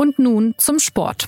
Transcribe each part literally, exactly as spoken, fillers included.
Und nun zum Sport.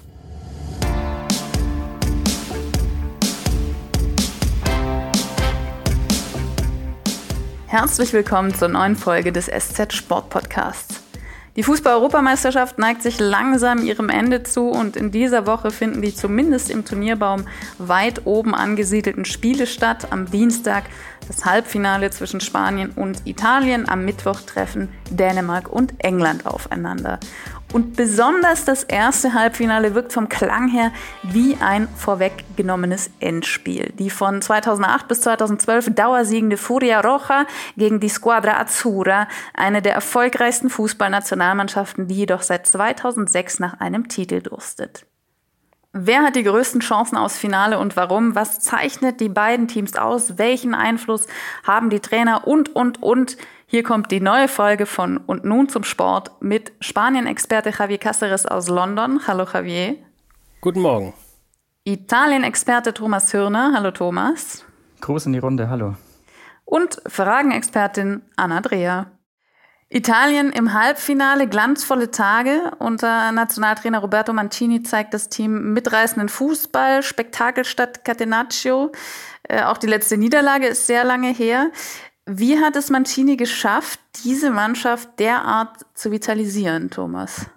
Herzlich willkommen zur neuen Folge des S Z Sport Podcasts. Die Fußball-Europameisterschaft neigt sich langsam ihrem Ende zu und in dieser Woche finden die zumindest im Turnierbaum weit oben angesiedelten Spiele statt. Am Dienstag das Halbfinale zwischen Spanien und Italien, am Mittwoch treffen Dänemark und England aufeinander. Und besonders das erste Halbfinale wirkt vom Klang her wie ein vorweggenommenes Endspiel. Die von zweitausendacht bis zweitausendzwölf dauersiegende Furia Roja gegen die Squadra Azzurra, eine der erfolgreichsten Fußballnationalmannschaften, die jedoch seit zweitausendsechs nach einem Titel durstet. Wer hat die größten Chancen aufs Finale und warum? Was zeichnet die beiden Teams aus? Welchen Einfluss haben die Trainer? Und, und, und. Hier kommt die neue Folge von Und nun zum Sport mit Spanien-Experte Javier Cáceres aus London. Hallo Javier. Guten Morgen. Italien-Experte Thomas Hürner. Hallo Thomas. Gruß in die Runde, hallo. Und Fragen-Expertin Anna Dreher. Italien im Halbfinale, glanzvolle Tage. Unter Nationaltrainer Roberto Mancini zeigt das Team mitreißenden Fußball, Spektakel statt Catenaccio. Äh, auch die letzte Niederlage ist sehr lange her. Wie hat es Mancini geschafft, diese Mannschaft derart zu vitalisieren, Thomas?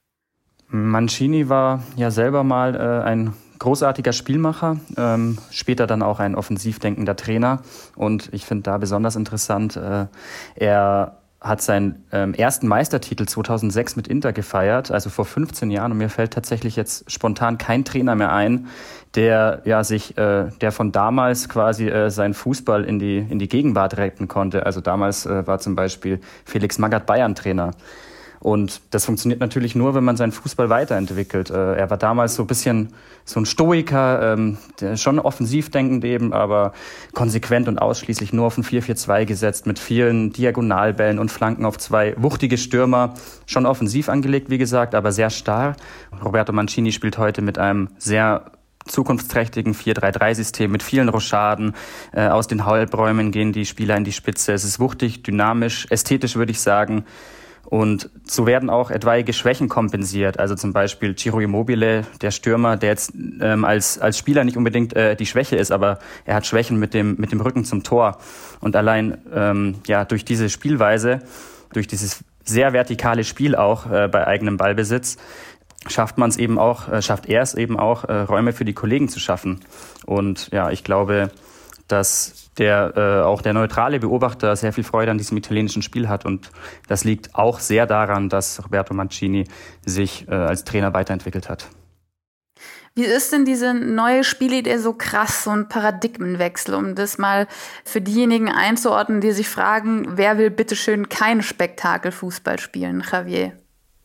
Mancini war ja selber mal äh, ein großartiger Spielmacher, ähm, später dann auch ein offensiv denkender Trainer. Und ich finde da besonders interessant, äh, er hat seinen ähm, ersten Meistertitel zweitausendsechs mit Inter gefeiert, also vor fünfzehn Jahren. Und mir fällt tatsächlich jetzt spontan kein Trainer mehr ein, der ja sich, äh, der von damals quasi äh, seinen Fußball in die in die Gegenwart retten konnte. Also damals äh, war zum Beispiel Felix Magath Bayern-Trainer. Und das funktioniert natürlich nur, wenn man seinen Fußball weiterentwickelt. Äh, er war damals so ein bisschen so ein Stoiker, ähm, der schon offensiv denkend eben, aber konsequent und ausschließlich nur auf ein vier vier zwei gesetzt, mit vielen Diagonalbällen und Flanken auf zwei wuchtige Stürmer. Schon offensiv angelegt, wie gesagt, aber sehr starr. Roberto Mancini spielt heute mit einem sehr zukunftsträchtigen vier drei drei System mit vielen Rochaden. Äh, aus den Halbräumen gehen die Spieler in die Spitze. Es ist wuchtig, dynamisch, ästhetisch, würde ich sagen. Und so werden auch etwaige Schwächen kompensiert. Also zum Beispiel Ciro Immobile, der Stürmer, der jetzt ähm, als als Spieler nicht unbedingt äh, die Schwäche ist, aber er hat Schwächen mit dem mit dem Rücken zum Tor. Und allein ähm, ja durch diese Spielweise, durch dieses sehr vertikale Spiel auch äh, bei eigenem Ballbesitz, schafft man es eben auch, äh, schafft er es eben auch, äh, Räume für die Kollegen zu schaffen. Und ja, ich glaube, dass der äh, auch der neutrale Beobachter sehr viel Freude an diesem italienischen Spiel hat. Und das liegt auch sehr daran, dass Roberto Mancini sich äh, als Trainer weiterentwickelt hat. Wie ist denn diese neue Spielidee so krass, so ein Paradigmenwechsel, um das mal für diejenigen einzuordnen, die sich fragen, wer will bitteschön kein Spektakelfußball spielen, Javier?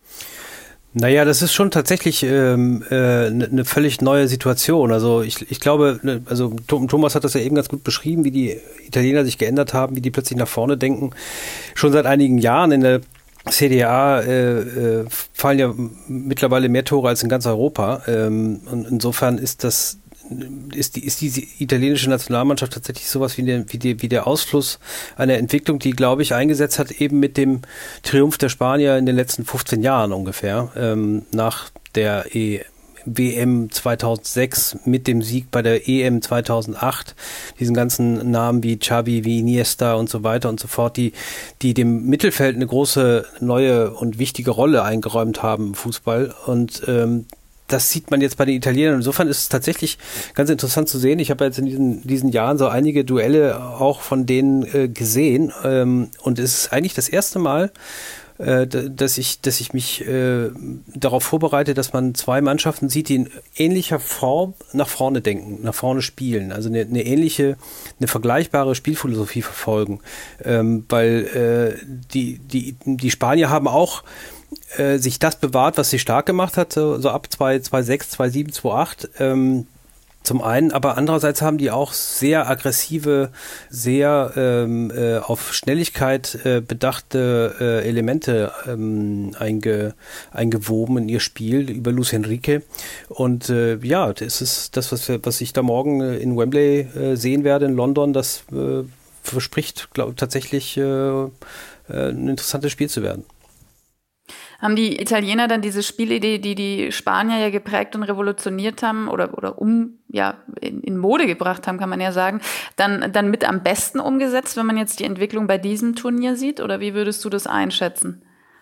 Naja, das ist schon tatsächlich ähm, äh, eine völlig neue Situation. Also ich, ich glaube, ne, also Thomas hat das ja eben ganz gut beschrieben, wie die Italiener sich geändert haben, wie die plötzlich nach vorne denken. Schon seit einigen Jahren in der C D A äh, äh, fallen ja mittlerweile mehr Tore als in ganz Europa. Ähm, und insofern ist das Ist die, ist diese italienische Nationalmannschaft tatsächlich sowas wie, der, wie, die, wie der Ausfluss einer Entwicklung, die, glaube ich, eingesetzt hat, eben mit dem Triumph der Spanier in den letzten fünfzehn Jahren ungefähr, ähm, nach der e- W M zweitausendsechs, mit dem Sieg bei der E M zweitausendacht, diesen ganzen Namen wie Xavi, wie Iniesta und so weiter und so fort, die, die dem Mittelfeld eine große, neue und wichtige Rolle eingeräumt haben im Fußball. Und ähm, das sieht man jetzt bei den Italienern. Insofern ist es tatsächlich ganz interessant zu sehen. Ich habe jetzt in diesen, diesen Jahren so einige Duelle auch von denen äh, gesehen. Ähm, und es ist eigentlich das erste Mal, äh, dass ich, dass ich mich äh, darauf vorbereite, dass man zwei Mannschaften sieht, die in ähnlicher Form nach vorne denken, nach vorne spielen. Also eine, eine ähnliche, eine vergleichbare Spielphilosophie verfolgen. Ähm, weil äh, die, die, die Spanier haben auch Äh, sich das bewahrt, was sie stark gemacht hat, so, so ab zweitausendsechs, zweitausendsieben, zweitausendacht, ähm, zum einen, aber andererseits haben die auch sehr aggressive, sehr ähm, äh, auf Schnelligkeit äh, bedachte äh, Elemente ähm, einge, eingewoben in ihr Spiel über Luis Enrique. Und äh, ja, das ist das, was, wir, was ich da morgen in Wembley äh, sehen werde in London, das äh, verspricht, glaube tatsächlich äh, äh, ein interessantes Spiel zu werden. Haben die Italiener dann diese Spielidee, die die Spanier ja geprägt und revolutioniert haben oder, oder um, ja, in, in Mode gebracht haben, kann man ja sagen, dann, dann mit am besten umgesetzt, wenn man jetzt die Entwicklung bei diesem Turnier sieht? Oder wie würdest du das einschätzen?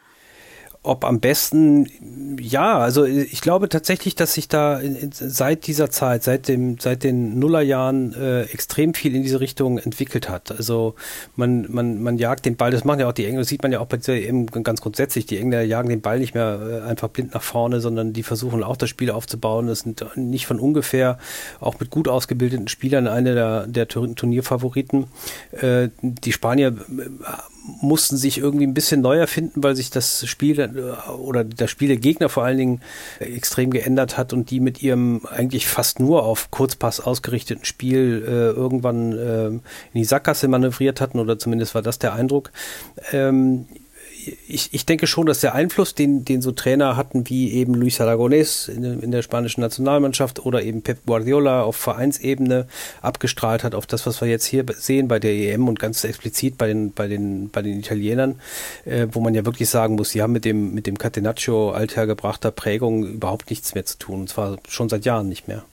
Ob am besten, ja, also ich glaube tatsächlich, dass sich da seit dieser Zeit, seit dem, seit den Nullerjahren äh, extrem viel in diese Richtung entwickelt hat. Also man, man, man jagt den Ball, das machen ja auch die Engländer, das sieht man ja auch bei dieser E M ganz grundsätzlich, die Engländer jagen den Ball nicht mehr äh, einfach blind nach vorne, sondern die versuchen auch das Spiel aufzubauen. Das sind nicht von ungefähr, auch mit gut ausgebildeten Spielern, eine der, der Turnierfavoriten. Äh, die Spanier äh, mussten sich irgendwie ein bisschen neu erfinden, weil sich das Spiel oder das Spiel der Gegner vor allen Dingen extrem geändert hat und die mit ihrem eigentlich fast nur auf Kurzpass ausgerichteten Spiel äh, irgendwann äh, in die Sackgasse manövriert hatten, oder zumindest war das der Eindruck. Ähm, Ich, ich denke schon, dass der Einfluss, den, den so Trainer hatten wie eben Luis Aragonés in, in der spanischen Nationalmannschaft oder eben Pep Guardiola auf Vereinsebene abgestrahlt hat auf das, was wir jetzt hier sehen bei der E M und ganz explizit bei den, bei den, bei den Italienern, äh, wo man ja wirklich sagen muss, sie haben mit dem, mit dem Catenaccio althergebrachter Prägung überhaupt nichts mehr zu tun, und zwar schon seit Jahren nicht mehr.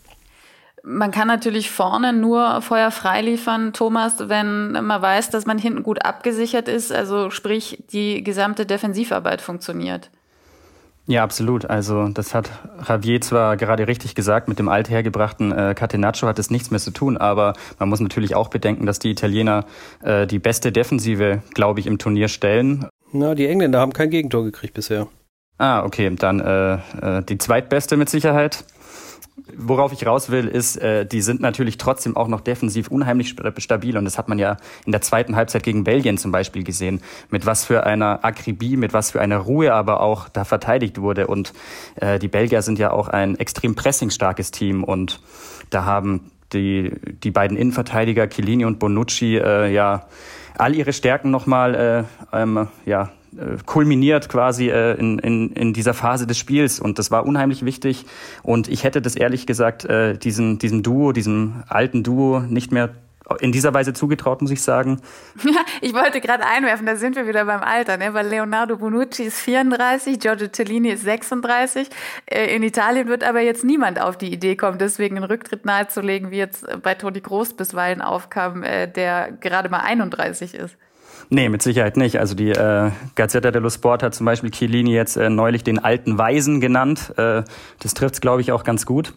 Man kann natürlich vorne nur Feuer frei liefern, Thomas, wenn man weiß, dass man hinten gut abgesichert ist, also sprich die gesamte Defensivarbeit funktioniert. Ja, absolut. Also das hat Javier zwar gerade richtig gesagt, mit dem althergebrachten äh, Catenaccio hat es nichts mehr zu tun, aber man muss natürlich auch bedenken, dass die Italiener äh, die beste Defensive, glaube ich, im Turnier stellen. Na, die Engländer haben kein Gegentor gekriegt bisher. Ah, okay, dann äh, äh, die zweitbeste mit Sicherheit. Worauf ich raus will, ist, äh, die sind natürlich trotzdem auch noch defensiv unheimlich stabil, und das hat man ja in der zweiten Halbzeit gegen Belgien zum Beispiel gesehen, mit was für einer Akribie, mit was für einer Ruhe aber auch da verteidigt wurde, und äh, die Belgier sind ja auch ein extrem pressingstarkes Team, und da haben die die beiden Innenverteidiger Chiellini und Bonucci äh, ja all ihre Stärken nochmal äh, ähm, ja kulminiert quasi äh, in, in, in dieser Phase des Spiels, und das war unheimlich wichtig, und ich hätte das ehrlich gesagt äh, diesem, diesem Duo, diesem alten Duo nicht mehr in dieser Weise zugetraut, muss ich sagen. Ja, ich wollte gerade einwerfen, da sind wir wieder beim Alter, ne? Weil Leonardo Bonucci ist vierunddreißig, Giorgio Chiellini ist sechsunddreißig. In Italien wird aber jetzt niemand auf die Idee kommen, deswegen einen Rücktritt nahezulegen, wie jetzt bei Toni Kroos bisweilen aufkam, der gerade mal einunddreißig ist. Nee, mit Sicherheit nicht. Also die äh, Gazzetta dello Sport hat zum Beispiel Chiellini jetzt äh, neulich den alten Weisen genannt. Äh, das trifft's, glaube ich, auch ganz gut.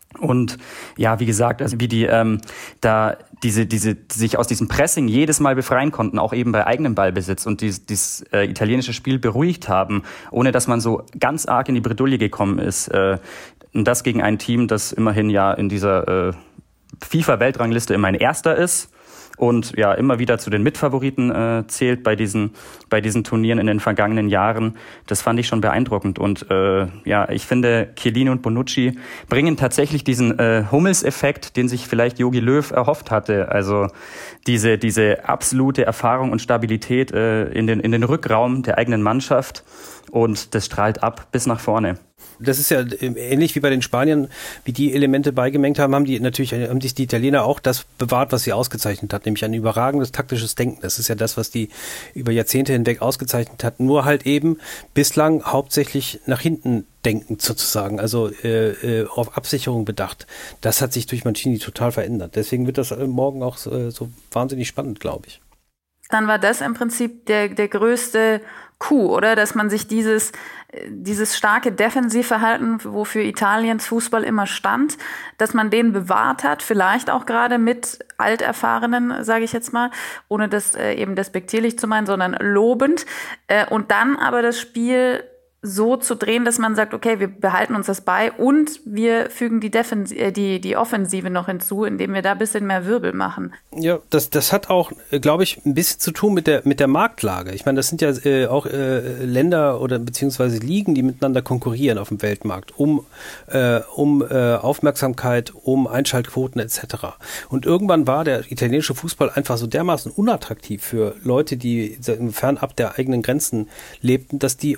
Und ja, wie gesagt, also wie die ähm, da diese diese sich aus diesem Pressing jedes Mal befreien konnten, auch eben bei eigenem Ballbesitz, und dieses, dieses äh, italienische Spiel beruhigt haben, ohne dass man so ganz arg in die Bredouille gekommen ist. Äh, und das gegen ein Team, das immerhin ja in dieser äh, FIFA-Weltrangliste immerhin Erster ist. Und ja, immer wieder zu den Mitfavoriten äh, zählt bei diesen bei diesen Turnieren in den vergangenen Jahren. Das fand ich schon beeindruckend. Und äh, ja, ich finde, Chiellini und Bonucci bringen tatsächlich diesen äh, Hummels-Effekt, den sich vielleicht Jogi Löw erhofft hatte. Also diese diese absolute Erfahrung und Stabilität äh, in den in den Rückraum der eigenen Mannschaft. Und das strahlt ab bis nach vorne. Das ist ja ähnlich wie bei den Spaniern, wie die Elemente beigemengt haben, haben die natürlich, haben sich die Italiener auch das bewahrt, was sie ausgezeichnet hat, nämlich ein überragendes taktisches Denken. Das ist ja das, was die über Jahrzehnte hinweg ausgezeichnet hat, nur halt eben bislang hauptsächlich nach hinten denkend sozusagen, also äh, auf Absicherung bedacht. Das hat sich durch Mancini total verändert. Deswegen wird das morgen auch so, so wahnsinnig spannend, glaube ich. Dann war das im Prinzip der, der größte Coup, oder? Dass man sich dieses, dieses starke Defensivverhalten, wofür Italiens Fußball immer stand, dass man den bewahrt hat, vielleicht auch gerade mit Alterfahrenen, sage ich jetzt mal, ohne das äh, eben despektierlich zu meinen, sondern lobend. Äh, und dann aber das Spiel so zu drehen, dass man sagt, okay, wir behalten uns das bei und wir fügen die, Defens- äh, die, die Offensive noch hinzu, indem wir da ein bisschen mehr Wirbel machen. Ja, das, das hat auch, glaube ich, ein bisschen zu tun mit der, mit der Marktlage. Ich meine, das sind ja äh, auch äh, Länder oder beziehungsweise Ligen, die miteinander konkurrieren auf dem Weltmarkt um, äh, um äh, Aufmerksamkeit, um Einschaltquoten et cetera. Und irgendwann war der italienische Fußball einfach so dermaßen unattraktiv für Leute, die fernab der eigenen Grenzen lebten, dass die umspielen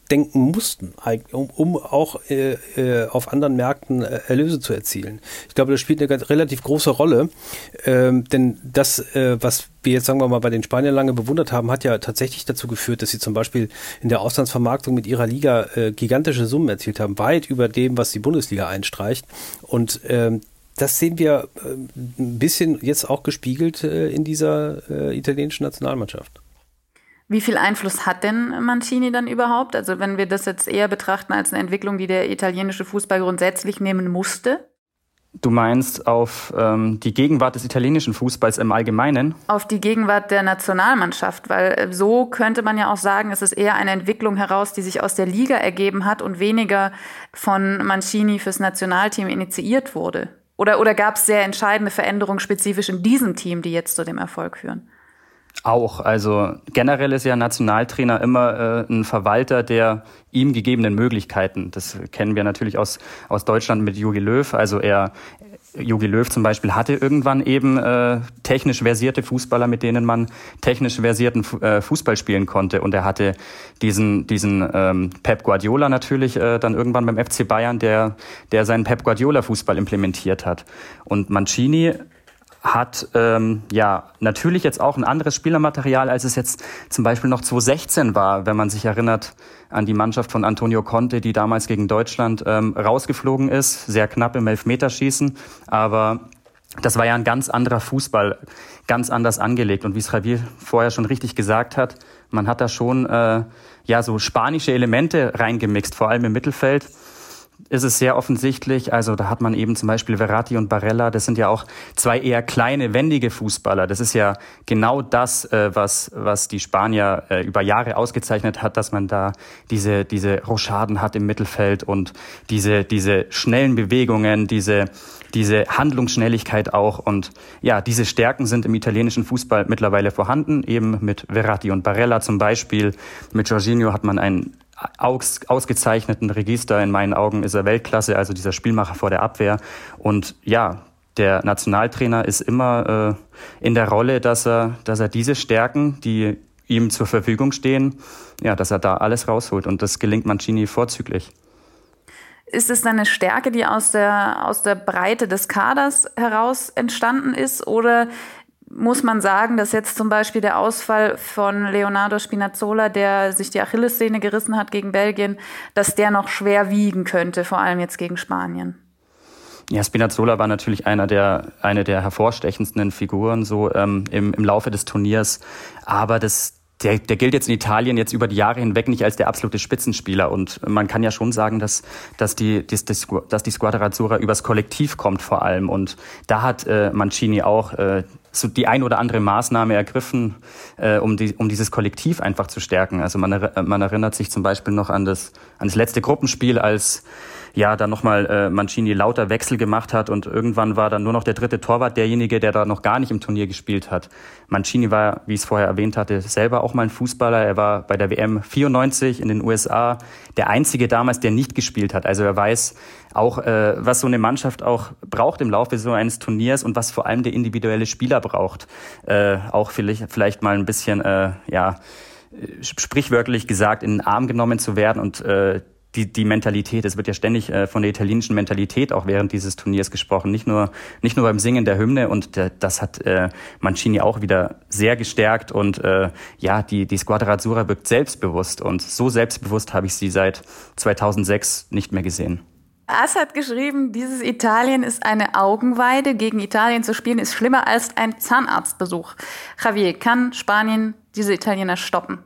denken mussten, um, um auch äh, äh, auf anderen Märkten äh, Erlöse zu erzielen. Ich glaube, das spielt eine ganz, relativ große Rolle, ähm, denn das, äh, was wir jetzt, sagen wir mal, bei den Spaniern lange bewundert haben, hat ja tatsächlich dazu geführt, dass sie zum Beispiel in der Auslandsvermarktung mit ihrer Liga äh, gigantische Summen erzielt haben, weit über dem, was die Bundesliga einstreicht. Und ähm, das sehen wir äh, ein bisschen jetzt auch gespiegelt äh, in dieser äh, italienischen Nationalmannschaft. Wie viel Einfluss hat denn Mancini dann überhaupt? Also wenn wir das jetzt eher betrachten als eine Entwicklung, die der italienische Fußball grundsätzlich nehmen musste? Du meinst auf ähm, die Gegenwart des italienischen Fußballs im Allgemeinen? Auf die Gegenwart der Nationalmannschaft, weil so könnte man ja auch sagen, es ist eher eine Entwicklung heraus, die sich aus der Liga ergeben hat und weniger von Mancini fürs Nationalteam initiiert wurde. Oder, oder gab es sehr entscheidende Veränderungen spezifisch in diesem Team, die jetzt zu dem Erfolg führen? Auch, also generell ist ja ein Nationaltrainer immer äh, ein Verwalter der ihm gegebenen Möglichkeiten. Das kennen wir natürlich aus, aus Deutschland mit Jogi Löw. Also er, Jogi Löw zum Beispiel hatte irgendwann eben äh, technisch versierte Fußballer, mit denen man technisch versierten äh, Fußball spielen konnte. Und er hatte diesen, diesen ähm, Pep Guardiola natürlich äh, dann irgendwann beim F C Bayern, der, der seinen Pep Guardiola-Fußball implementiert hat. Und Mancini hat ähm, ja natürlich jetzt auch ein anderes Spielermaterial, als es jetzt zum Beispiel noch zwanzig sechzehn war, wenn man sich erinnert an die Mannschaft von Antonio Conte, die damals gegen Deutschland ähm, rausgeflogen ist, sehr knapp im Elfmeterschießen, aber das war ja ein ganz anderer Fußball, ganz anders angelegt. Und wie es Javier vorher schon richtig gesagt hat, man hat da schon äh, ja so spanische Elemente reingemixt, vor allem im Mittelfeld. Ist es sehr offensichtlich, also da hat man eben zum Beispiel Verratti und Barella, das sind ja auch zwei eher kleine, wendige Fußballer. Das ist ja genau das, äh, was was die Spanier äh, über Jahre ausgezeichnet hat, dass man da diese diese Rochaden hat im Mittelfeld und diese diese schnellen Bewegungen, diese diese Handlungsschnelligkeit auch. Und ja, diese Stärken sind im italienischen Fußball mittlerweile vorhanden, eben mit Verratti und Barella zum Beispiel. Mit Jorginho hat man einen Aus, ausgezeichneten Register. In meinen Augen ist er Weltklasse, also dieser Spielmacher vor der Abwehr. Und ja, der Nationaltrainer ist immer äh, in der Rolle, dass er, dass er diese Stärken, die ihm zur Verfügung stehen, ja, dass er da alles rausholt. Und das gelingt Mancini vorzüglich. Ist es eine Stärke, die aus der, aus der Breite des Kaders heraus entstanden ist, oder muss man sagen, dass jetzt zum Beispiel der Ausfall von Leonardo Spinazzola, der sich die Achillessehne gerissen hat gegen Belgien, dass der noch schwer wiegen könnte, vor allem jetzt gegen Spanien? Ja, Spinazzola war natürlich einer der, eine der hervorstechendsten Figuren so ähm, im, im Laufe des Turniers. Aber das Der, der gilt jetzt in Italien jetzt über die Jahre hinweg nicht als der absolute Spitzenspieler. Und man kann ja schon sagen, dass, dass die, dass, dass die Squadra Azzurra übers Kollektiv kommt vor allem. Und da hat äh, Mancini auch äh, so die ein oder andere Maßnahme ergriffen, äh, um, die, um dieses Kollektiv einfach zu stärken. Also man, man erinnert sich zum Beispiel noch an das, an das letzte Gruppenspiel, als ja dann nochmal äh, Mancini lauter Wechsel gemacht hat und irgendwann war dann nur noch der dritte Torwart derjenige, der da noch gar nicht im Turnier gespielt hat. Mancini war, wie ich es vorher erwähnt hatte, selber auch mal ein Fußballer. Er war bei der W M vierundneunzig in den U S A der einzige damals, der nicht gespielt hat. Also er weiß auch, äh, was so eine Mannschaft auch braucht im Laufe so eines Turniers und was vor allem der individuelle Spieler braucht. Äh, auch vielleicht, vielleicht mal ein bisschen, äh, ja, sprichwörtlich gesagt, in den Arm genommen zu werden und äh, Die, die Mentalität, es wird ja ständig äh, von der italienischen Mentalität auch während dieses Turniers gesprochen, nicht nur nicht nur beim Singen der Hymne und äh, das hat äh, Mancini auch wieder sehr gestärkt und äh, ja, die die Squadra Azzurra wirkt selbstbewusst und so selbstbewusst habe ich sie seit zweitausendsechs nicht mehr gesehen. As hat geschrieben, dieses Italien ist eine Augenweide. Gegen Italien zu spielen ist schlimmer als ein Zahnarztbesuch. Javier, kann Spanien diese Italiener stoppen?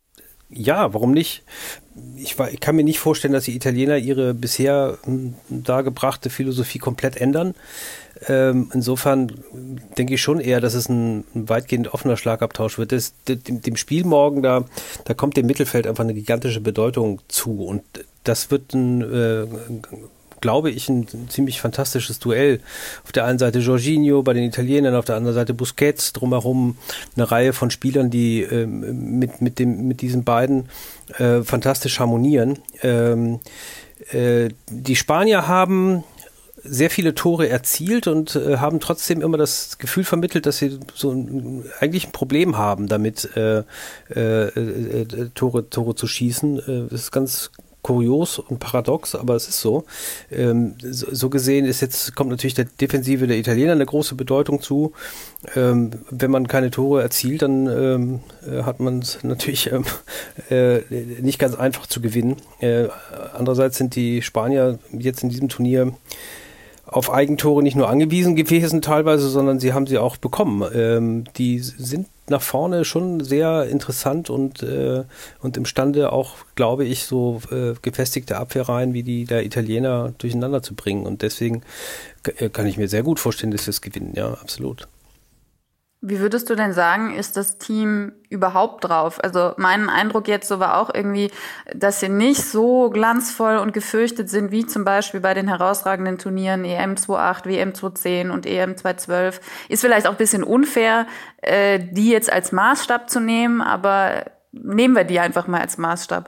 Ja, warum nicht? Ich, war, ich kann mir nicht vorstellen, dass die Italiener ihre bisher m, dargebrachte Philosophie komplett ändern. Ähm, insofern denke ich schon eher, dass es ein, ein weitgehend offener Schlagabtausch wird. Das, dem, dem Spiel morgen, da, da kommt dem Mittelfeld einfach eine gigantische Bedeutung zu. Und das wird ein, äh, glaube ich, ein ziemlich fantastisches Duell. Auf der einen Seite Jorginho, bei den Italienern, auf der anderen Seite Busquets, drumherum eine Reihe von Spielern, die äh, mit, mit, dem, mit diesen beiden äh, fantastisch harmonieren. Ähm, äh, die Spanier haben sehr viele Tore erzielt und äh, haben trotzdem immer das Gefühl vermittelt, dass sie so ein, eigentlich ein Problem haben, damit äh, äh, äh, Tore, Tore zu schießen. Äh, das ist ganz kurios und paradox, aber es ist so. Ähm, so, so gesehen ist jetzt, kommt natürlich der Defensive der Italiener eine große Bedeutung zu. Ähm, wenn man keine Tore erzielt, dann ähm, äh, hat man es natürlich ähm, äh, nicht ganz einfach zu gewinnen. Äh, andererseits sind die Spanier jetzt in diesem Turnier auf Eigentore nicht nur angewiesen gewesen teilweise, sondern sie haben sie auch bekommen. Ähm, die sind nach vorne schon sehr interessant und, äh, und imstande auch, glaube ich, so äh, gefestigte Abwehrreihen wie die der Italiener durcheinander zu bringen. Und deswegen k- kann ich mir sehr gut vorstellen, dass wir es gewinnen. Ja, absolut. Wie würdest du denn sagen, ist das Team überhaupt drauf? Also mein Eindruck jetzt so war auch irgendwie, dass sie nicht so glanzvoll und gefürchtet sind, wie zum Beispiel bei den herausragenden Turnieren E M zweitausendacht, W M zweitausendzehn und E M zweitausendzwölf. Ist vielleicht auch ein bisschen unfair, äh, die jetzt als Maßstab zu nehmen, aber nehmen wir die einfach mal als Maßstab.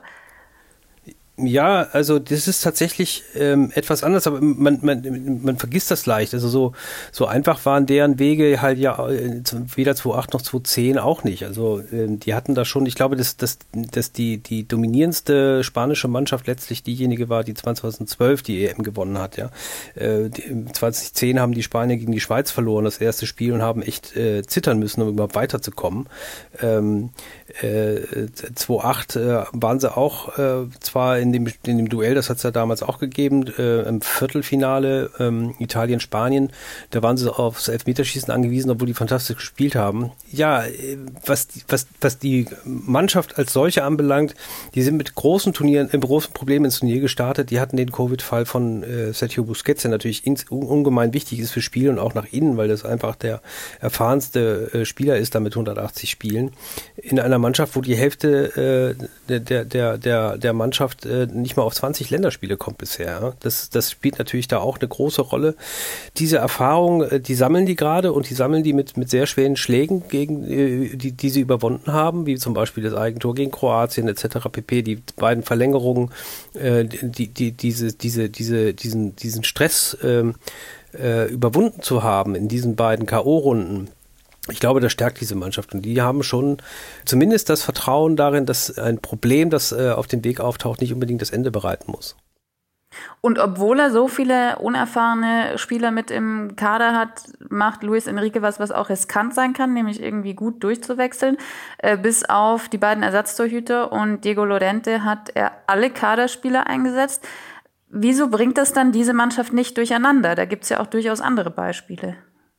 Ja, also das ist tatsächlich ähm, etwas anders, aber man, man, man vergisst das leicht. Also so, so einfach waren deren Wege halt ja äh, weder zweitausendacht noch zweitausendzehn auch nicht. Also ähm, die hatten da schon, ich glaube, dass, dass, dass die, die dominierendste spanische Mannschaft letztlich diejenige war, die zweitausendzwölf die E M gewonnen hat. Ja, äh, die, zweitausendzehn haben die Spanier gegen die Schweiz verloren, das erste Spiel, und haben echt äh, zittern müssen, um überhaupt weiterzukommen. Ähm, äh, zweitausendacht äh, waren sie auch äh, zwar in dem, in dem Duell, das hat es ja damals auch gegeben, äh, im Viertelfinale ähm, Italien-Spanien, da waren sie aufs Elfmeterschießen angewiesen, obwohl die fantastisch gespielt haben. Ja, äh, was, was, was die Mannschaft als solche anbelangt, die sind mit großen Turnieren, äh, großen Problemen ins Turnier gestartet. Die hatten den Covid-Fall von äh, Sergio Busquets, der natürlich ins, un, ungemein wichtig ist für Spiel und auch nach innen, weil das einfach der erfahrenste äh, Spieler ist, da mit hundertachtzig Spielen. In einer Mannschaft, wo die Hälfte äh, der, der, der, der Mannschaft äh, nicht mal auf zwanzig Länderspiele kommt bisher. Ja? Das, das spielt natürlich da auch eine große Rolle. Diese Erfahrung, äh, die sammeln die gerade, und die sammeln die mit, mit sehr schweren Schlägen, gegen äh, die, die sie überwunden haben, wie zum Beispiel das Eigentor gegen Kroatien et cetera pp. Die beiden Verlängerungen, äh, die, die, diese, diese, diese, diesen, diesen Stress äh, äh, überwunden zu haben in diesen beiden K O-Runden. Ich glaube, das stärkt diese Mannschaft, und die haben schon zumindest das Vertrauen darin, dass ein Problem, das äh, auf dem Weg auftaucht, nicht unbedingt das Ende bereiten muss. Und obwohl er so viele unerfahrene Spieler mit im Kader hat, macht Luis Enrique was, was auch riskant sein kann, nämlich irgendwie gut durchzuwechseln. Äh, bis auf die beiden Ersatztorhüter und Diego Llorente hat er alle Kaderspieler eingesetzt. Wieso bringt das dann diese Mannschaft nicht durcheinander? Da gibt es ja auch durchaus andere Beispiele.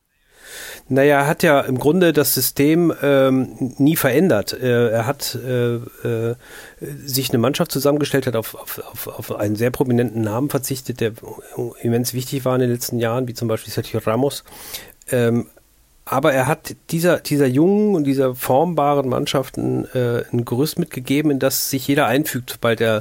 Naja, er hat ja im Grunde das System ähm, nie verändert. Äh, er hat äh, äh, sich eine Mannschaft zusammengestellt, hat auf, auf, auf einen sehr prominenten Namen verzichtet, der immens wichtig war in den letzten Jahren, wie zum Beispiel Sergio Ramos. Ähm, aber er hat dieser, dieser jungen und dieser formbaren Mannschaften äh, ein Gerüst mitgegeben, in das sich jeder einfügt, sobald er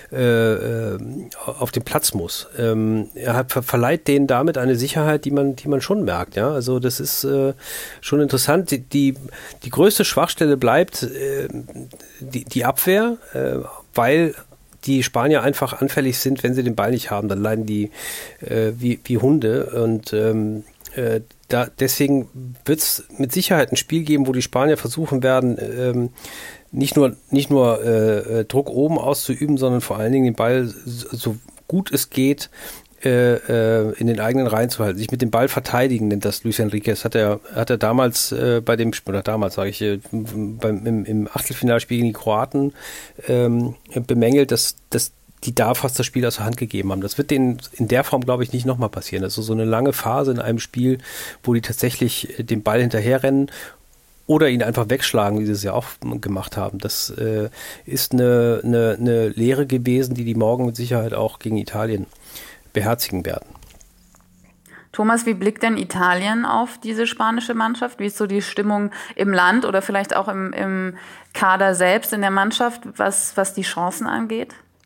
äh, äh, auf den Platz muss. Ähm, er hat, ver- verleiht denen damit eine Sicherheit, die man, die man schon merkt. Ja, also das ist äh, schon interessant. Die, die, die größte Schwachstelle bleibt äh, die, die Abwehr, äh, weil die Spanier einfach anfällig sind, wenn sie den Ball nicht haben, dann leiden die äh, wie, wie Hunde, und ähm, äh, Da, deswegen wird es mit Sicherheit ein Spiel geben, wo die Spanier versuchen werden, ähm, nicht nur, nicht nur äh, Druck oben auszuüben, sondern vor allen Dingen den Ball so, so gut es geht äh, äh, in den eigenen Reihen zu halten. Sich mit dem Ball verteidigen, nennt das Luis Enrique. Das hat er, hat er damals äh, bei dem, oder damals sage ich, äh, beim, im, im Achtelfinalspiel gegen die Kroaten ähm, bemängelt, dass, dass die da fast das Spiel aus der Hand gegeben haben. Das wird denen in der Form, glaube ich, nicht nochmal passieren. Also so eine lange Phase in einem Spiel, wo die tatsächlich den Ball hinterherrennen oder ihn einfach wegschlagen, wie sie es ja auch gemacht haben. Das äh, ist eine, eine, eine Lehre gewesen, die die morgen mit Sicherheit auch gegen Italien beherzigen werden. Thomas, wie blickt denn Italien auf diese spanische Mannschaft? Wie ist so die Stimmung im Land oder vielleicht auch im, im Kader selbst, in der Mannschaft, was, was die Chancen angeht?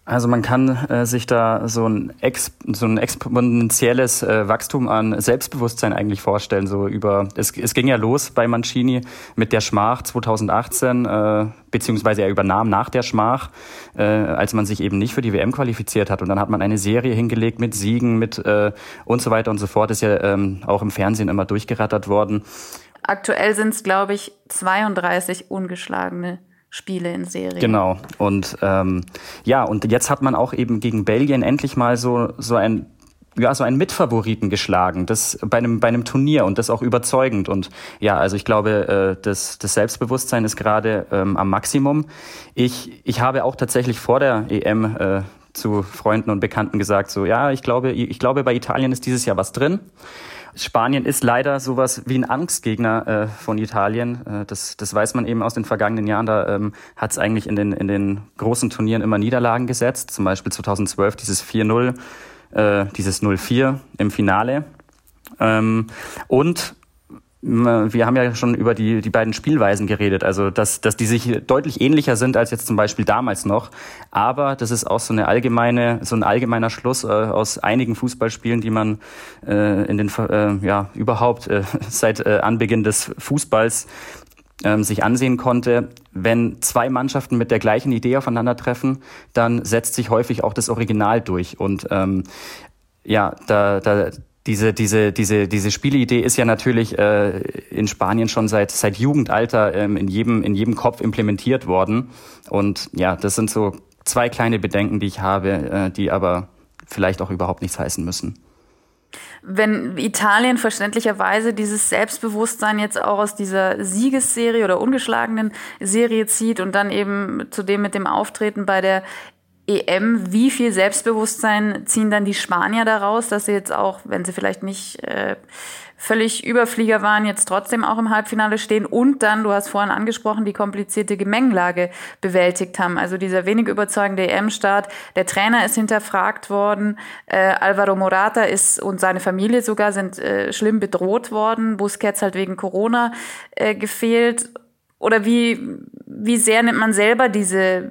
Also man kann äh, sich da so ein, Ex, so ein exponentielles äh, Wachstum an Selbstbewusstsein eigentlich vorstellen. So über es, es ging ja los bei Mancini mit der Schmach zwanzig achtzehn, äh, beziehungsweise er übernahm nach der Schmach, äh, als man sich eben nicht für die W M qualifiziert hat. Und dann hat man eine Serie hingelegt mit Siegen, mit äh, und so weiter und so fort. Ist ja ähm, auch im Fernsehen immer durchgerattert worden. Aktuell sind es, glaube ich, zweiunddreißig ungeschlagene Spiele in Serie. Genau. Und ähm, ja, und jetzt hat man auch eben gegen Belgien endlich mal so so ein ja so einen Mitfavoriten geschlagen, das bei einem bei einem Turnier und das auch überzeugend. Und ja, also ich glaube, äh, das das Selbstbewusstsein ist gerade ähm, am Maximum. Ich ich habe auch tatsächlich vor der E M äh, zu Freunden und Bekannten gesagt, so ja, ich glaube ich glaube bei Italien ist dieses Jahr was drin. Spanien ist leider sowas wie ein Angstgegner äh, von Italien. Äh, das, das weiß man eben aus den vergangenen Jahren. Da ähm, hat es eigentlich in den, in den großen Turnieren immer Niederlagen gesetzt. Zum Beispiel zweitausendzwölf dieses vier null, äh, dieses null vier im Finale. Ähm, und wir haben ja schon über die, die beiden Spielweisen geredet, also dass, dass die sich deutlich ähnlicher sind als jetzt zum Beispiel damals noch. Aber das ist auch so eine allgemeine, so ein allgemeiner Schluss äh, aus einigen Fußballspielen, die man äh, in den äh, ja überhaupt äh, seit äh, Anbeginn des Fußballs äh, sich ansehen konnte. Wenn zwei Mannschaften mit der gleichen Idee aufeinandertreffen, dann setzt sich häufig auch das Original durch. Und ähm, ja, da da Diese, diese, diese, diese Spielidee ist ja natürlich äh, in Spanien schon seit seit Jugendalter ähm, in jedem in jedem Kopf implementiert worden. Und ja, das sind so zwei kleine Bedenken, die ich habe, äh, die aber vielleicht auch überhaupt nichts heißen müssen. Wenn Italien verständlicherweise dieses Selbstbewusstsein jetzt auch aus dieser Siegesserie oder ungeschlagenen Serie zieht und dann eben zudem mit dem Auftreten bei der E M, wie viel Selbstbewusstsein ziehen dann die Spanier daraus, dass sie jetzt auch, wenn sie vielleicht nicht äh, völlig Überflieger waren, jetzt trotzdem auch im Halbfinale stehen und dann, du hast vorhin angesprochen, die komplizierte Gemengelage bewältigt haben. Also dieser wenig überzeugende E M-Start, der Trainer ist hinterfragt worden, äh, Alvaro Morata ist und seine Familie sogar sind äh, schlimm bedroht worden, Busquets halt wegen Corona äh, gefehlt. Oder wie, wie sehr nimmt man selber diese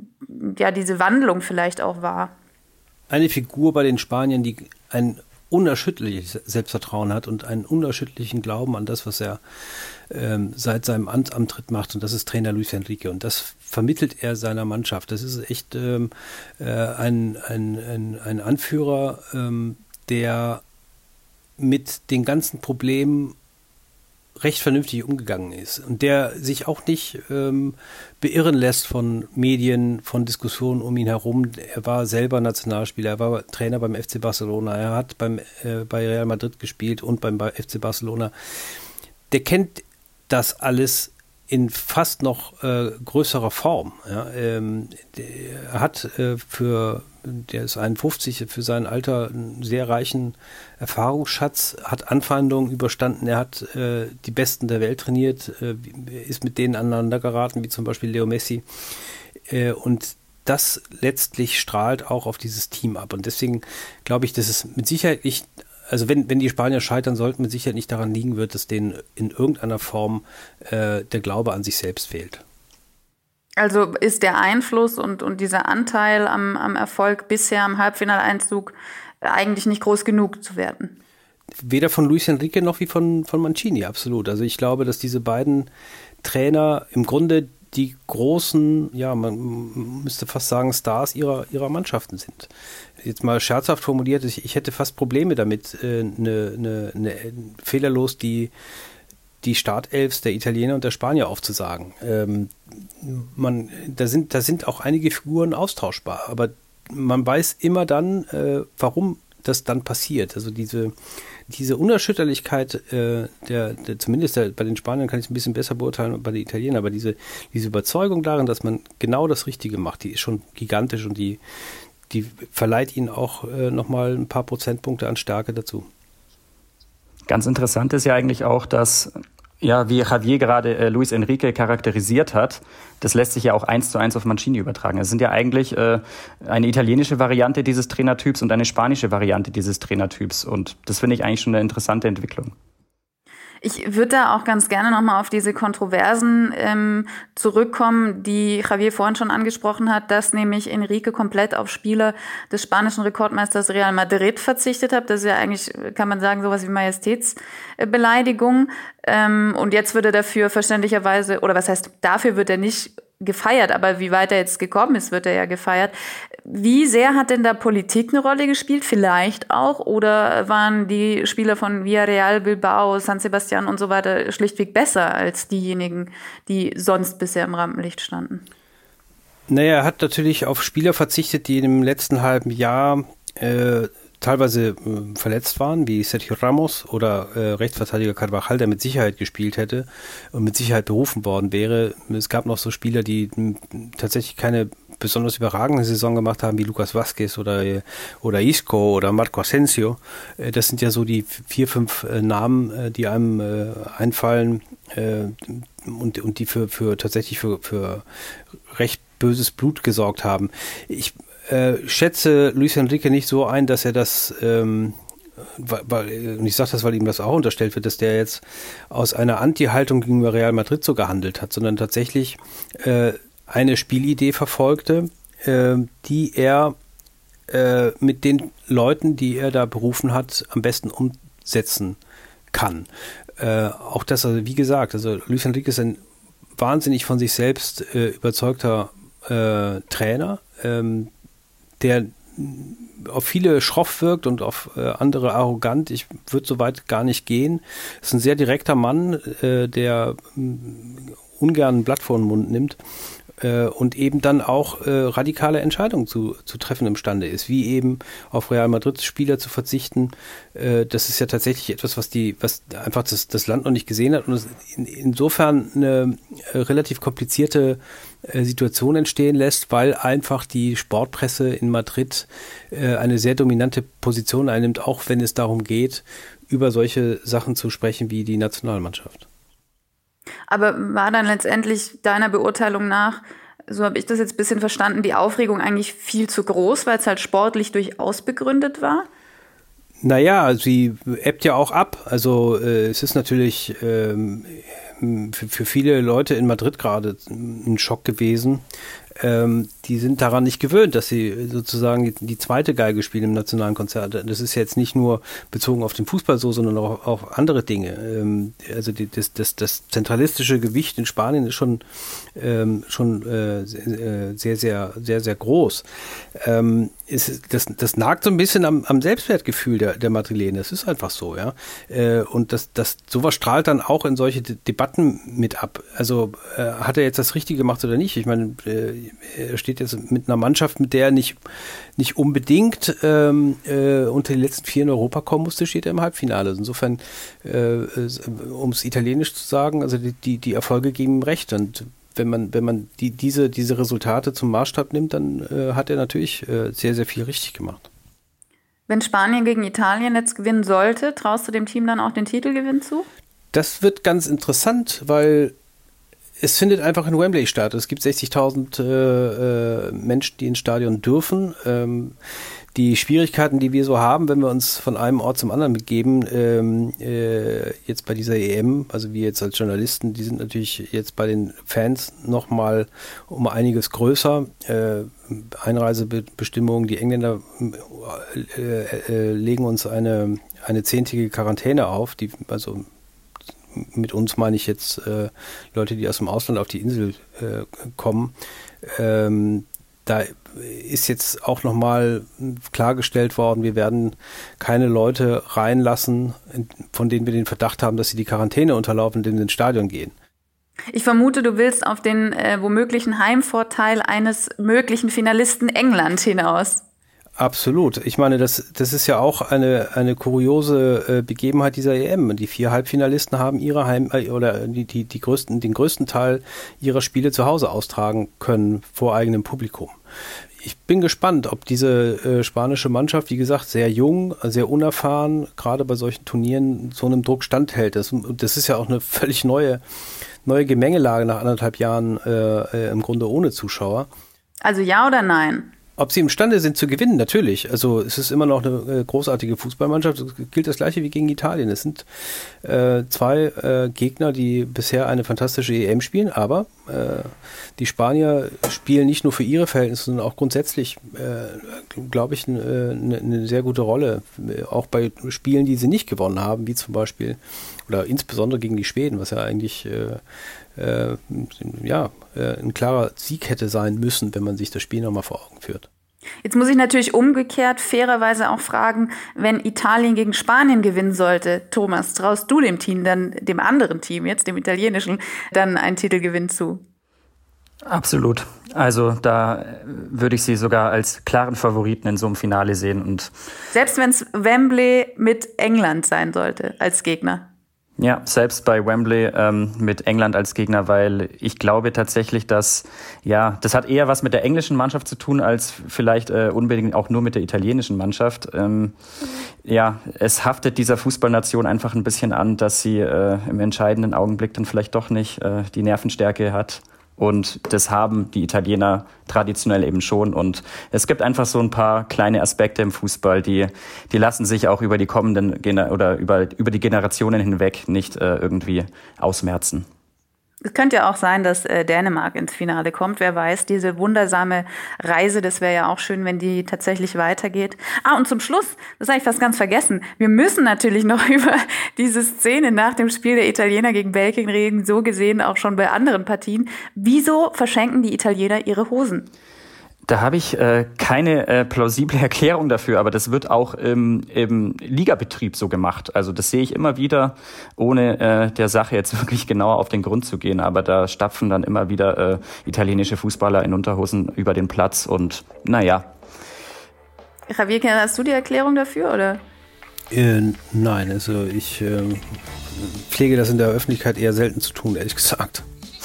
ja diese Wandlung vielleicht auch wahr? Eine Figur bei den Spaniern, die ein unerschütterliches Selbstvertrauen hat und einen unerschütterlichen Glauben an das, was er ähm, seit seinem Amtsantritt macht, und das ist Trainer Luis Enrique, und das vermittelt er seiner Mannschaft. Das ist echt ähm, äh, ein, ein, ein, ein Anführer, ähm, der mit den ganzen Problemen recht vernünftig umgegangen ist und der sich auch nicht ähm, beirren lässt von Medien, von Diskussionen um ihn herum. Er war selber Nationalspieler, er war Trainer beim F C Barcelona, er hat beim äh, bei Real Madrid gespielt und beim F C Barcelona. Der kennt das alles in fast noch äh, größerer Form. Ja, ähm, er hat äh, für, der ist einundfünfzig, für sein Alter einen sehr reichen Erfahrungsschatz, hat Anfeindungen überstanden, er hat äh, die Besten der Welt trainiert, äh, ist mit denen aneinander geraten, wie zum Beispiel Leo Messi. Äh, und das letztlich strahlt auch auf dieses Team ab. Und deswegen glaube ich, dass es mit Sicherheit nicht, also wenn, wenn die Spanier scheitern sollten, mit Sicherheit nicht daran liegen wird, dass denen in irgendeiner Form äh, der Glaube an sich selbst fehlt. Also ist der Einfluss und, und dieser Anteil am, am Erfolg bisher am Halbfinaleinzug eigentlich nicht groß genug zu werden? Weder von Luis Enrique noch wie von, von Mancini, absolut. Also ich glaube, dass diese beiden Trainer im Grunde die großen, ja, man müsste fast sagen, Stars ihrer, ihrer Mannschaften sind. Jetzt mal scherzhaft formuliert, ich, ich hätte fast Probleme damit, äh, ne, ne, ne, fehlerlos die, die Startelfs der Italiener und der Spanier aufzusagen. Ähm, man, da sind, da sind auch einige Figuren austauschbar, aber man weiß immer dann, äh, warum das dann passiert. Also diese Diese Unerschütterlichkeit, äh, der, der zumindest der, bei den Spaniern kann ich es ein bisschen besser beurteilen als bei den Italienern, aber diese, diese Überzeugung darin, dass man genau das Richtige macht, die ist schon gigantisch und die, die verleiht ihnen auch äh, nochmal ein paar Prozentpunkte an Stärke dazu. Ganz interessant ist ja eigentlich auch, dass, ja, wie Javier gerade äh, Luis Enrique charakterisiert hat, das lässt sich ja auch eins zu eins auf Mancini übertragen. Es sind ja eigentlich äh, eine italienische Variante dieses Trainertyps und eine spanische Variante dieses Trainertyps. Und das finde ich eigentlich schon eine interessante Entwicklung. Ich würde da auch ganz gerne nochmal auf diese Kontroversen ähm, zurückkommen, die Javier vorhin schon angesprochen hat, dass nämlich Enrique komplett auf Spieler des spanischen Rekordmeisters Real Madrid verzichtet hat. Das ist ja eigentlich, kann man sagen, sowas wie Majestätsbeleidigung. Ähm, und jetzt wird er dafür verständlicherweise, oder was heißt, dafür wird er nicht gefeiert, aber wie weit er jetzt gekommen ist, wird er ja gefeiert. Wie sehr hat denn da Politik eine Rolle gespielt? Vielleicht auch? Oder waren die Spieler von Villarreal, Bilbao, San Sebastian und so weiter schlichtweg besser als diejenigen, die sonst bisher im Rampenlicht standen? Naja, er hat natürlich auf Spieler verzichtet, die im letzten halben Jahr äh, teilweise äh, verletzt waren, wie Sergio Ramos oder äh, Rechtsverteidiger Carvajal, der mit Sicherheit gespielt hätte und mit Sicherheit berufen worden wäre. Es gab noch so Spieler, die m, tatsächlich keine besonders überragende Saison gemacht haben, wie Lucas Vázquez oder, oder Isco oder Marco Asensio. Äh, das sind ja so die vier, fünf äh, Namen, äh, die einem äh, einfallen äh, und, und die für, für tatsächlich für, für recht böses Blut gesorgt haben. Ich Äh, schätze Luis Enrique nicht so ein, dass er das, ähm, weil, weil, und ich sage das, weil ihm das auch unterstellt wird, dass der jetzt aus einer Anti-Haltung gegenüber Real Madrid so gehandelt hat, sondern tatsächlich äh, eine Spielidee verfolgte, äh, die er äh, mit den Leuten, die er da berufen hat, am besten umsetzen kann. Äh, auch das, also wie gesagt, also Luis Enrique ist ein wahnsinnig von sich selbst äh, überzeugter äh, Trainer, ähm, der auf viele schroff wirkt und auf äh, andere arrogant. Ich würde so weit gar nicht gehen. Ist ein sehr direkter Mann, äh, der mh, ungern ein Blatt vor den Mund nimmt äh, und eben dann auch äh, radikale Entscheidungen zu, zu treffen imstande ist, wie eben auf Real Madrid Spieler zu verzichten. Äh, das ist ja tatsächlich etwas, was die, was einfach das, das Land noch nicht gesehen hat und es in, insofern eine äh, relativ komplizierte Situation entstehen lässt, weil einfach die Sportpresse in Madrid äh, eine sehr dominante Position einnimmt, auch wenn es darum geht, über solche Sachen zu sprechen wie die Nationalmannschaft. Aber war dann letztendlich deiner Beurteilung nach, so habe ich das jetzt ein bisschen verstanden, die Aufregung eigentlich viel zu groß, weil es halt sportlich durchaus begründet war? Naja, sie ebbt ja auch ab. Also äh, es ist natürlich ähm, für, für viele Leute in Madrid gerade ein Schock gewesen. Ähm, die sind daran nicht gewöhnt, dass sie sozusagen die, die zweite Geige spielen im nationalen Konzert. Das ist jetzt nicht nur bezogen auf den Fußball so, sondern auch auf andere Dinge. Ähm, also die, das, das, das zentralistische Gewicht in Spanien ist schon, ähm, schon äh, sehr, sehr, sehr, sehr groß. Ähm, ist, das, das nagt so ein bisschen am, am Selbstwertgefühl der, der Madrilener. Das ist einfach so, ja. Äh, und das, das, sowas strahlt dann auch in solche De- Debatten mit ab. Also äh, hat er jetzt das Richtige gemacht oder nicht? Ich meine, äh, er steht jetzt mit einer Mannschaft, mit der er nicht, nicht unbedingt ähm, äh, unter die letzten vier in Europa kommen musste, steht er im Halbfinale. Insofern, äh, um es italienisch zu sagen, also die, die, die Erfolge geben ihm recht. Und wenn man, wenn man die, diese, diese Resultate zum Maßstab nimmt, dann äh, hat er natürlich äh, sehr, sehr viel richtig gemacht. Wenn Spanien gegen Italien jetzt gewinnen sollte, traust du dem Team dann auch den Titelgewinn zu? Das wird ganz interessant, weil es findet einfach in Wembley statt. Es gibt sechzigtausend äh, Menschen, die ins Stadion dürfen. Ähm, die Schwierigkeiten, die wir so haben, wenn wir uns von einem Ort zum anderen begeben, ähm, äh, jetzt bei dieser E M, also wir jetzt als Journalisten, die sind natürlich jetzt bei den Fans nochmal um einiges größer. Äh, Einreisebestimmungen, die Engländer äh, äh, legen uns eine, eine zehntägige Quarantäne auf, die also mit uns meine ich jetzt äh, Leute, die aus dem Ausland auf die Insel äh, kommen. Ähm, da ist jetzt auch nochmal klargestellt worden, wir werden keine Leute reinlassen, von denen wir den Verdacht haben, dass sie die Quarantäne unterlaufen, indem sie ins Stadion gehen. Ich vermute, du willst auf den äh, womöglichen Heimvorteil eines möglichen Finalisten England hinaus. Absolut. Ich meine, das, das ist ja auch eine, eine kuriose äh, Begebenheit dieser E M. Die vier Halbfinalisten haben ihre Heim äh, oder die, die, die größten, den größten Teil ihrer Spiele zu Hause austragen können vor eigenem Publikum. Ich bin gespannt, ob diese äh, spanische Mannschaft, wie gesagt, sehr jung, sehr unerfahren, gerade bei solchen Turnieren so einem Druck standhält. Das, das ist ja auch eine völlig neue, neue Gemengelage nach anderthalb Jahren äh, äh, im Grunde ohne Zuschauer. Also ja oder nein? Ob sie imstande sind zu gewinnen, natürlich. Also es ist immer noch eine äh, großartige Fußballmannschaft. Es gilt das Gleiche wie gegen Italien. Es sind äh, zwei äh, Gegner, die bisher eine fantastische E M spielen, aber äh, die Spanier spielen nicht nur für ihre Verhältnisse, sondern auch grundsätzlich, äh, glaube ich, eine ne, ne sehr gute Rolle. Auch bei Spielen, die sie nicht gewonnen haben, wie zum Beispiel, oder insbesondere gegen die Schweden, was ja eigentlich äh, äh, ja, äh, ein klarer Sieg hätte sein müssen, wenn man sich das Spiel nochmal vor Augen führt. Jetzt muss ich natürlich umgekehrt fairerweise auch fragen, wenn Italien gegen Spanien gewinnen sollte, Thomas, traust du dem Team dann, dem anderen Team jetzt, dem italienischen, dann einen Titelgewinn zu? Absolut. Also da würde ich sie sogar als klaren Favoriten in so einem Finale sehen. Und selbst wenn es Wembley mit England sein sollte als Gegner? Ja, selbst bei Wembley ähm, mit England als Gegner, weil ich glaube tatsächlich, dass, ja, das hat eher was mit der englischen Mannschaft zu tun, als vielleicht äh, unbedingt auch nur mit der italienischen Mannschaft. Ähm, ja, es haftet dieser Fußballnation einfach ein bisschen an, dass sie äh, im entscheidenden Augenblick dann vielleicht doch nicht äh, die Nervenstärke hat. Und das haben die Italiener traditionell eben schon. Und es gibt einfach so ein paar kleine Aspekte im Fußball, die, die lassen sich auch über die kommenden Gener- oder über, über die Generationen hinweg nicht äh, irgendwie ausmerzen. Es könnte ja auch sein, dass äh, Dänemark ins Finale kommt. Wer weiß, diese wundersame Reise, das wäre ja auch schön, wenn die tatsächlich weitergeht. Ah, und zum Schluss, das habe ich fast ganz vergessen, wir müssen natürlich noch über diese Szene nach dem Spiel der Italiener gegen Belgien reden, so gesehen auch schon bei anderen Partien. Wieso verschenken die Italiener ihre Hosen? Da habe ich äh, keine äh, plausible Erklärung dafür, aber das wird auch im, im Ligabetrieb so gemacht. Also das sehe ich immer wieder, ohne äh, der Sache jetzt wirklich genauer auf den Grund zu gehen. Aber da stapfen dann immer wieder äh, italienische Fußballer in Unterhosen über den Platz und naja. Javier, hast du die Erklärung dafür, oder? Äh, nein, also ich äh, pflege das in der Öffentlichkeit eher selten zu tun, ehrlich gesagt.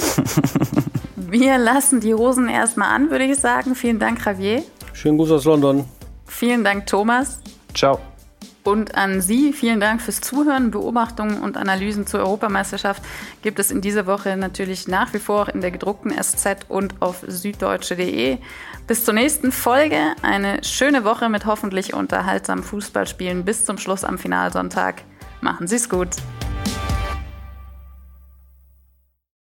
Wir lassen die Hosen erstmal an, würde ich sagen. Vielen Dank, Javier. Schönen Gruß aus London. Vielen Dank, Thomas. Ciao. Und an Sie vielen Dank fürs Zuhören. Beobachtungen und Analysen zur Europameisterschaft gibt es in dieser Woche natürlich nach wie vor in der gedruckten S Z und auf süddeutsche punkt de. Bis zur nächsten Folge. Eine schöne Woche mit hoffentlich unterhaltsamen Fußballspielen bis zum Schluss am Finalsonntag. Machen Sie es gut.